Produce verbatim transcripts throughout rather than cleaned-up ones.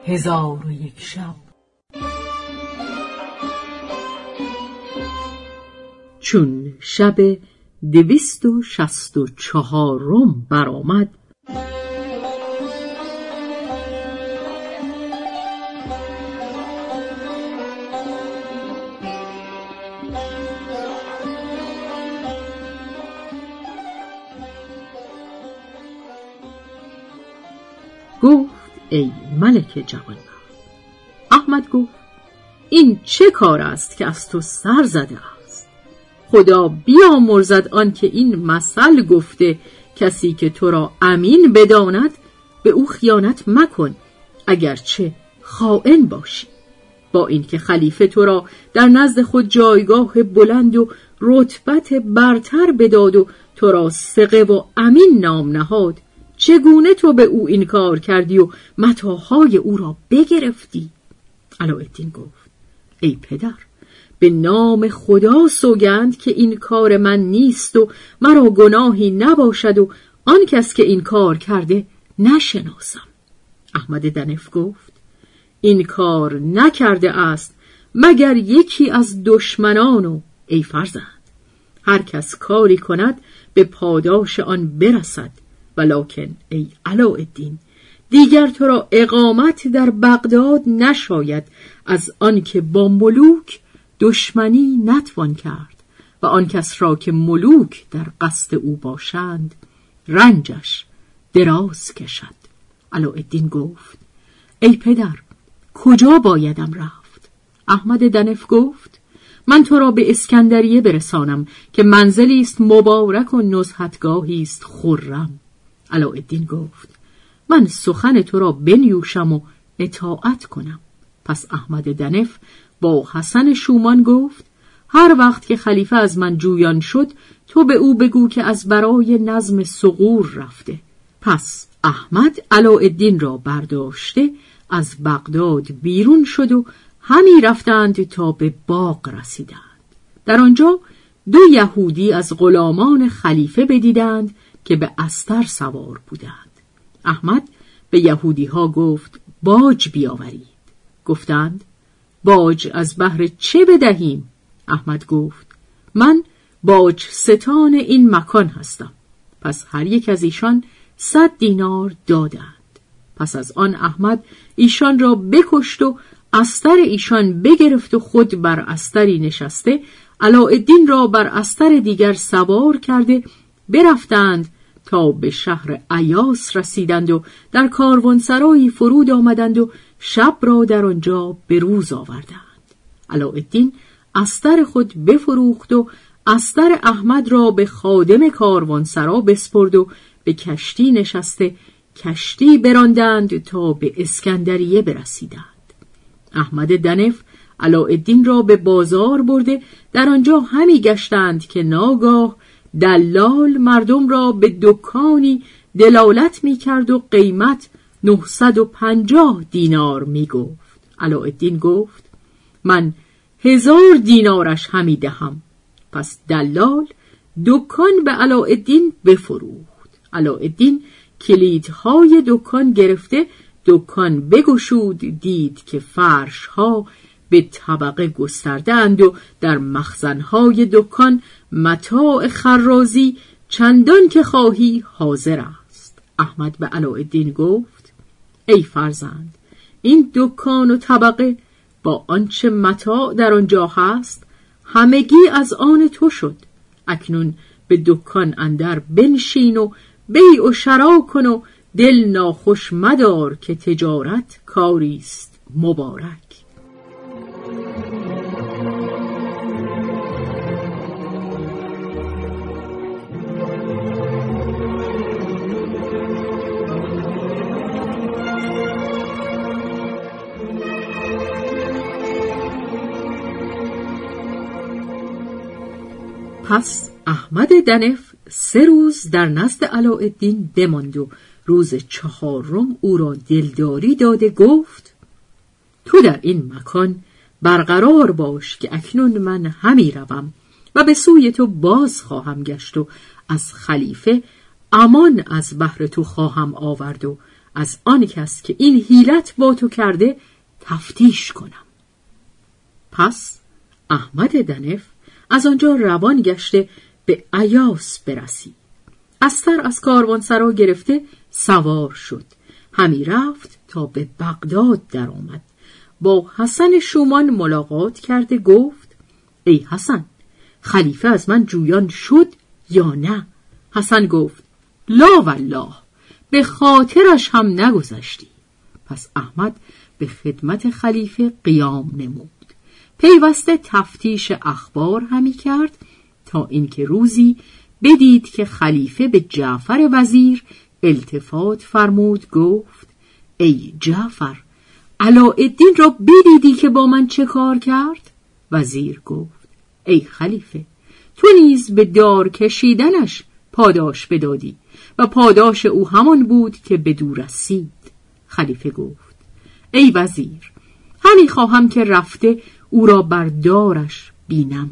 هزار و یک شب. چون شب دویست و شست و چهارم برآمد، گفت ای ملک جوانمرد. احمد گفت این چه کار است که از تو سر زده است؟ خدا بیامرزد آن که این مثل گفته کسی که تو را امین بداند به او خیانت مکن اگرچه خائن باشی. با اینکه خلیفه تو را در نزد خود جایگاه بلند و رتبت برتر بداد و تو را ثقه و امین نام نهاد، چگونه تو به او این کار کردی و متاعهای او را بگرفتی؟ علاءالدین گفت ای پدر، به نام خدا سوگند که این کار من نیست و مرا گناهی نباشد و آن کس که این کار کرده نشناسم. احمد دنف گفت این کار نکرده است مگر یکی از دشمنانو ای فرزند. هر کس کاری کند به پاداش آن برسد، ولکن ای علاءالدین، دیگر تو را اقامت در بغداد نشاید از آن که با ملوک دشمنی نتوان کرد و آن کس را که ملوک در قصد او باشند رنجش دراز کشد. علاءالدین گفت ای پدر، کجا بایدم رفت؟ احمد دنف گفت من تو را به اسکندریه برسانم که منزلی است مبارک و نزهتگاهی است خرم. علاءالدین گفت من سخن تو را بنیوشم و اطاعت کنم. پس احمد دنف با حسن شومان گفت هر وقت که خلیفه از من جویان شد تو به او بگو که از برای نظم ثغور رفته. پس احمد علاءالدین را برداشته از بغداد بیرون شد و همی رفتند تا به باغ رسیدند. در آنجا دو یهودی از غلامان خلیفه بدیدند که به استر سوار بودند. احمد به یهودی ها گفت باج بیاورید. گفتند باج از بهر چه بدهیم؟ احمد گفت من باج ستان این مکان هستم. پس هر یک از ایشان صد دینار دادند. پس از آن احمد ایشان را بکشت و استر ایشان بگرفت و خود بر استری نشسته علاءالدین را بر استر دیگر سوار کرده برفتند تا به شهر ایاس رسیدند و در کاروانسرایی فرود آمدند و شب را در آنجا به روز آوردند. علاءالدین استر خود بفروخت و استر احمد را به خادم کاروانسرا بسپرد و به کشتی نشسته کشتی براندند تا به اسکندریه برسیدند. احمد دنف علاءالدین را به بازار برده در آنجا همی گشتند که ناگاه دلال مردم را به دکانی دلالت می کرد و قیمت نهصد و پنجاه دینار می گفت. علاءالدین گفت من هزار دینارش همی دهم. پس دلال دکان به علاءالدین بفروخت. علاءالدین کلیدهای دکان گرفته دکان بگشود، دید که فرشها به طبقه گستردند و در مخزنهای دکان متاع خرازی چندان که خواهی حاضر است. احمد به علاءالدین گفت ای فرزند، این دکان و طبقه با آنچه متاع در آنجا هست همگی از آن تو شد. اکنون به دکان اندر بنشین و بیع و شرا کن و دل ناخوش مدار که تجارت کاریست مبارک. پس احمد دنف سه روز در نزد علاءالدین بماند و روز چهارم او را دلداری داده گفت تو در این مکان برقرار باش که اکنون من همی روم و به سوی تو باز خواهم گشت و از خلیفه امان از بهر تو خواهم آورد و از آن کس که این حیلت با تو کرده تفتیش کنم. پس احمد دنف از آنجا روان گشته به ایاس برسید. استر از کاروانسرا گرفته سوار شد. همی رفت تا به بغداد در آمد. با حسن شومان ملاقات کرده گفت: ای حسن، خلیفه از من جویان شد یا نه؟ حسن گفت: لا والله، به خاطرش هم نگذشتی. پس احمد به خدمت خلیفه قیام نمود. پیوسته تفتیش اخبار همی کرد تا اینکه روزی بدید که خلیفه به جعفر وزیر التفات فرمود. گفت: ای جعفر، علاءالدین را بدیدی که با من چه کار کرد؟ وزیر گفت: ای خلیفه، تو نیز به دار کشیدنش پاداش بدادی و پاداش او همان بود که به دور رسید. خلیفه گفت: ای وزیر، همی خواهم که رفته او را بر دارش بینم.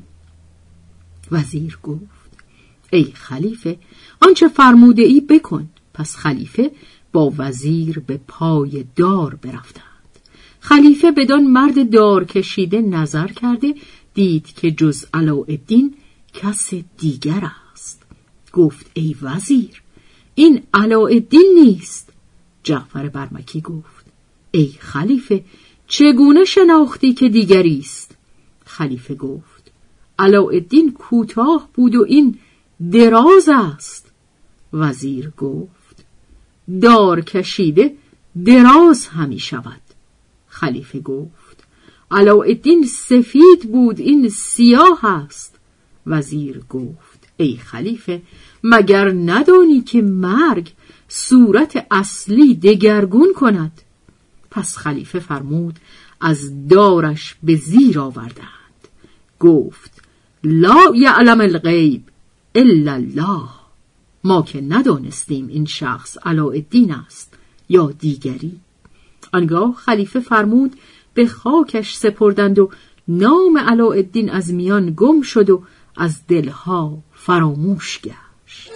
وزیر گفت: ای خلیفه، آنچه فرموده ای بکن. پس خلیفه با وزیر به پای دار برفتند. خلیفه بدان مرد دار کشیده نظر کرده دید که جز علاءالدین کس دیگر است. گفت: ای وزیر، این علاءالدین نیست. جعفر برمکی گفت: ای خلیفه، چگونه شناختی که دیگری است؟ خلیفه گفت: علاءالدین کوتاه بود و این دراز است. وزیر گفت: دار کشیده دراز همی شود. خلیفه گفت: علاءالدین سفید بود، این سیاه است. وزیر گفت: ای خلیفه، مگر ندانی که مرگ صورت اصلی دگرگون کند؟ پس خلیفه فرمود از دارش به زیر آوردند. گفت: لا یعلم الغیب الا الله. ما که ندانستیم این شخص علاءالدین است یا دیگری. آنگاه خلیفه فرمود به خاکش سپردند و نام علاءالدین از میان گم شد و از دلها فراموش گشت.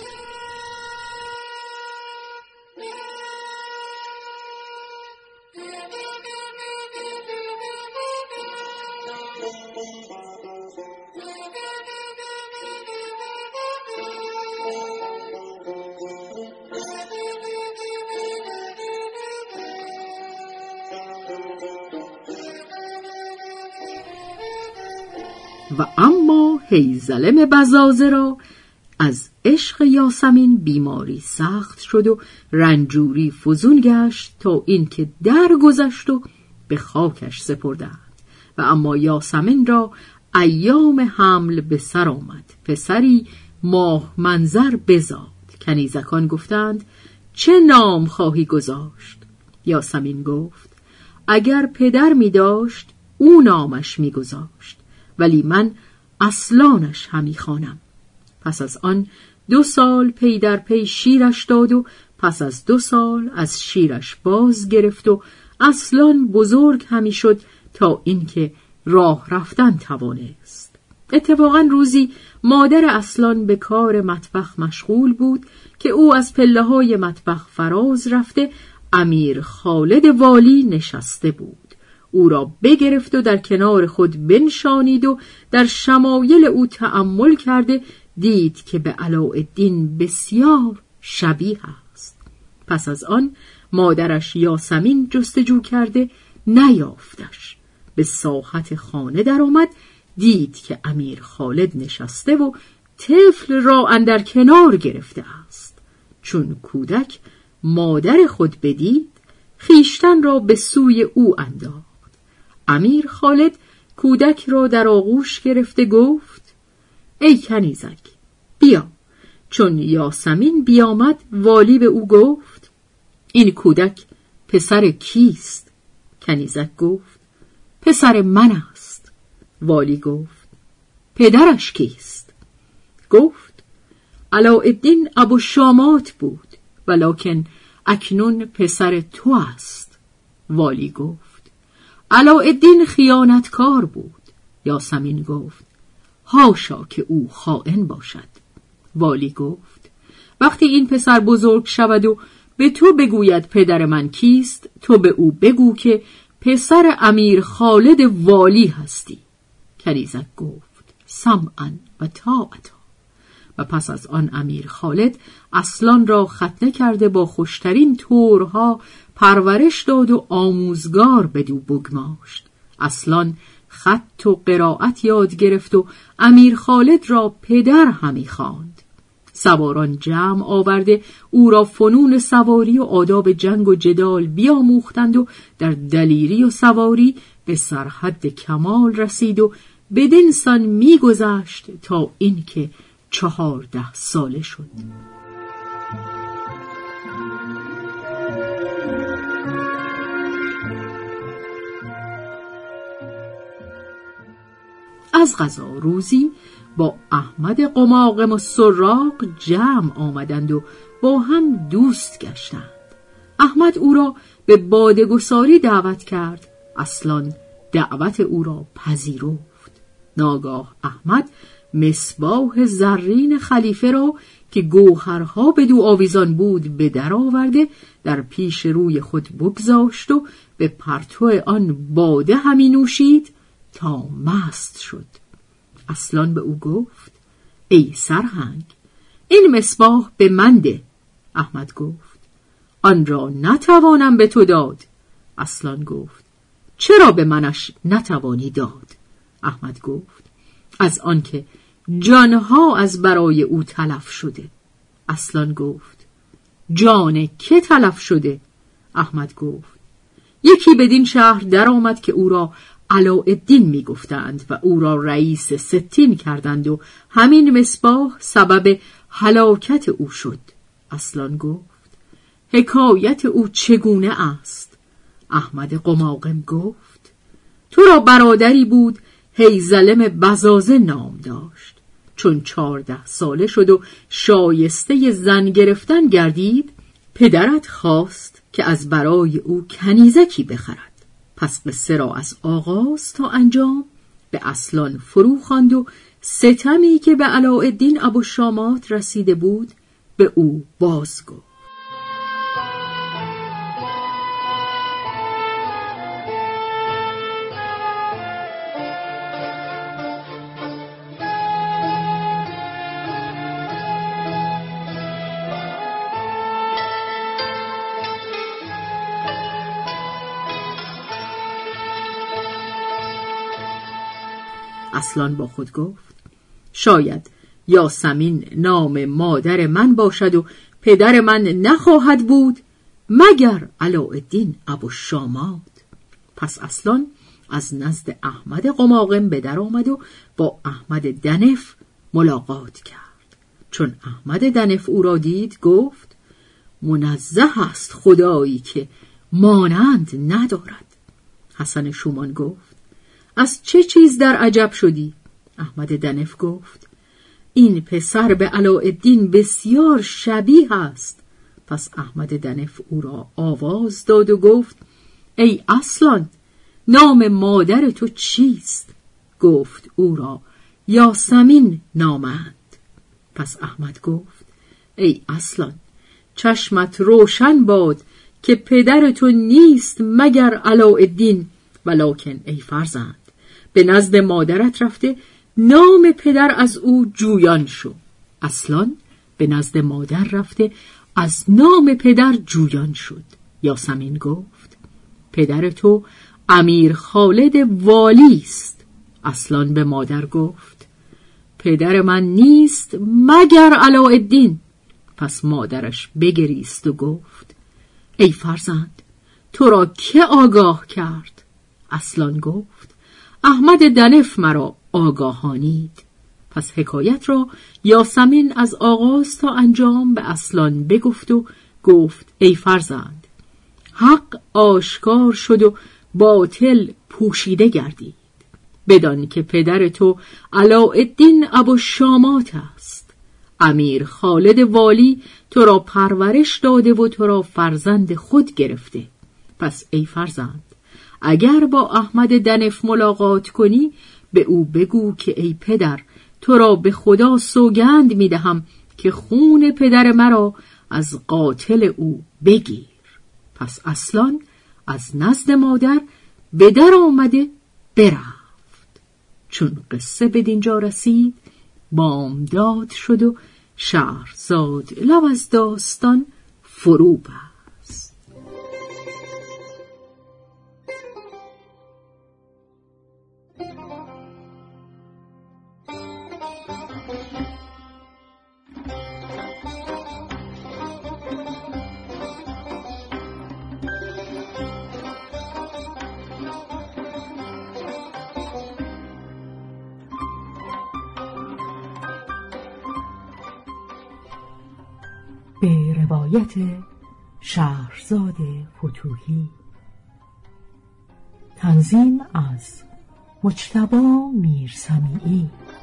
و اما هیزلم بزازه را از عشق یاسمین بیماری سخت شد و رنجوری فزون گشت تا اینکه درگذشت و به خاکش سپردند. و اما یاسمین را ایام حمل به سر آمد. پسری ماه منظر بزاد. کنیزکان گفتند: چه نام خواهی گذاشت؟ یاسمین گفت: اگر پدر می داشت او نامش می گذاشت، ولی من اصلانش همی خوانم. پس از آن دو سال پی در پی شیرش داد و پس از دو سال از شیرش باز گرفت و اصلان بزرگ همی شد تا اینکه راه رفتن توانست. اتفاقا روزی مادر اصلان به کار مطبخ مشغول بود که او از پله های مطبخ فراز رفته امیر خالد والی نشسته بود. او را بگرفت و در کنار خود بنشانید و در شمایل او تأمل کرده دید که به علاءالدین بسیار شبیه است. پس از آن مادرش یاسمین جستجو کرده نیافتش. به ساحت خانه در آمد، دید که امیر خالد نشسته و طفل را اندر کنار گرفته است. چون کودک مادر خود بدید، خیشتن را به سوی او انداخت. امیر خالد کودک را در آغوش گرفته گفت: ای کنیزک، بیا. چون یاسمین بیامد، والی به او گفت: این کودک پسر کیست؟ کنیزک گفت: پسر من است. والی گفت: پدرش کیست؟ گفت: علاءالدین ابوالشامات بود، ولکن اکنون پسر تو است. والی گفت: علاءالدین خیانتکار بود. یاسمین گفت: حاشا که او خائن باشد. والی گفت: وقتی این پسر بزرگ شود و به تو بگوید پدر من کیست، تو به او بگو که پسر امیر خالد والی هستی. کنیزک گفت سمعا و طاعتا. و پس از آن امیر خالد اصلان را ختنه کرده با خوشترین طورها پرورش داد و آموزگار بدو بگماشت. اصلان خط و قرائت یاد گرفت و امیر خالد را پدر همی خواند. سواران جمع آورده او را فنون سواری و آداب جنگ و جدال بیاموختند و در دلیری و سواری به سرحد کمال رسید و بدین سان می‌گذشت تا اینکه چهارده ساله شد. از قضا روزی با احمد قماقم و سراق جمع آمدند و با هم دوست گشتند. احمد او را به باده‌گساری دعوت کرد. اصلان دعوت او را پذیرفت. ناگاه احمد مصباح زرین خلیفه را که گوهرها بدو آویزان بود به در آورده در پیش روی خود بگذاشت و به پرتو آن باده همی نوشید تا مست شد. اصلان به او گفت ای سرهنگ، این مصباح به من ده. احمد گفت آن را نتوانم به تو داد. اصلان گفت چرا به منش نتوانی داد؟ احمد گفت از آنکه جانها از برای او تلف شده. اصلان گفت جان که تلف شده؟ احمد گفت یکی بدین شهر در آمد که او را علاءالدین می گفتند و او را رئیس ستین کردند و همین مصباح سبب هلاکت او شد. اصلان گفت حکایت او چگونه است؟ احمد قماقم گفت تو را برادری بود هیزلم بزازه نام داشت. چون چارده ساله شد و شایسته زن گرفتن گردید، پدرت خواست که از برای او کنیزکی بخرد. پس قصه را از آغاز تا انجام به اصلان فرو خواند و ستمی که به علاءالدین ابوالشامات رسیده بود به او باز گفت. اصلان با خود گفت شاید یاسمین نام مادر من باشد و پدر من نخواهد بود مگر علاءالدین ابوالشامات. پس اصلان از نزد احمد قماقم به در آمد و با احمد دنف ملاقات کرد. چون احمد دنف او را دید گفت منزه است خدایی که مانند ندارد. حسن شومان گفت از چه چیز در عجب شدی؟ احمد دنف گفت این پسر به علاءالدین بسیار شبیه است. پس احمد دنف او را آواز داد و گفت ای اصلان، نام مادر تو چیست؟ گفت او را یاسمین نامند. پس احمد گفت ای اصلان، چشمت روشن باد که پدر تو نیست مگر علاءالدین، ولکن ای فرزند، به نزد مادرت رفته نام پدر از او جویان شو. اصلان به نزد مادر رفته از نام پدر جویان شد. یاسمین گفت پدر تو امیر خالد والی است. اصلان به مادر گفت پدر من نیست مگر علاءالدین. پس مادرش بگریست و گفت ای فرزند، تو را که آگاه کرد؟ اصلان گفت احمد دنف مرا آگاهانید. پس حکایت را یاسمین از آغاز تا انجام به اصلان بگفت و گفت ای فرزند، حق آشکار شد و باطل پوشیده گردید. بدان که پدر تو علاءالدین ابوالشامات است. امیر خالد والی تو را پرورش داده و تو را فرزند خود گرفته. پس ای فرزند، اگر با احمد دنف ملاقات کنی به او بگو که ای پدر، تو را به خدا سوگند می دهم که خون پدر مرا از قاتل او بگیر. پس اصلان از نزد مادر به در آمده برفت. چون قصه به دینجا رسید بامداد شد و شهرزاد لب از داستان فرو بست. به روایت شهرزاد فتوحی. تنظیم از مجتبی میرسمیعی.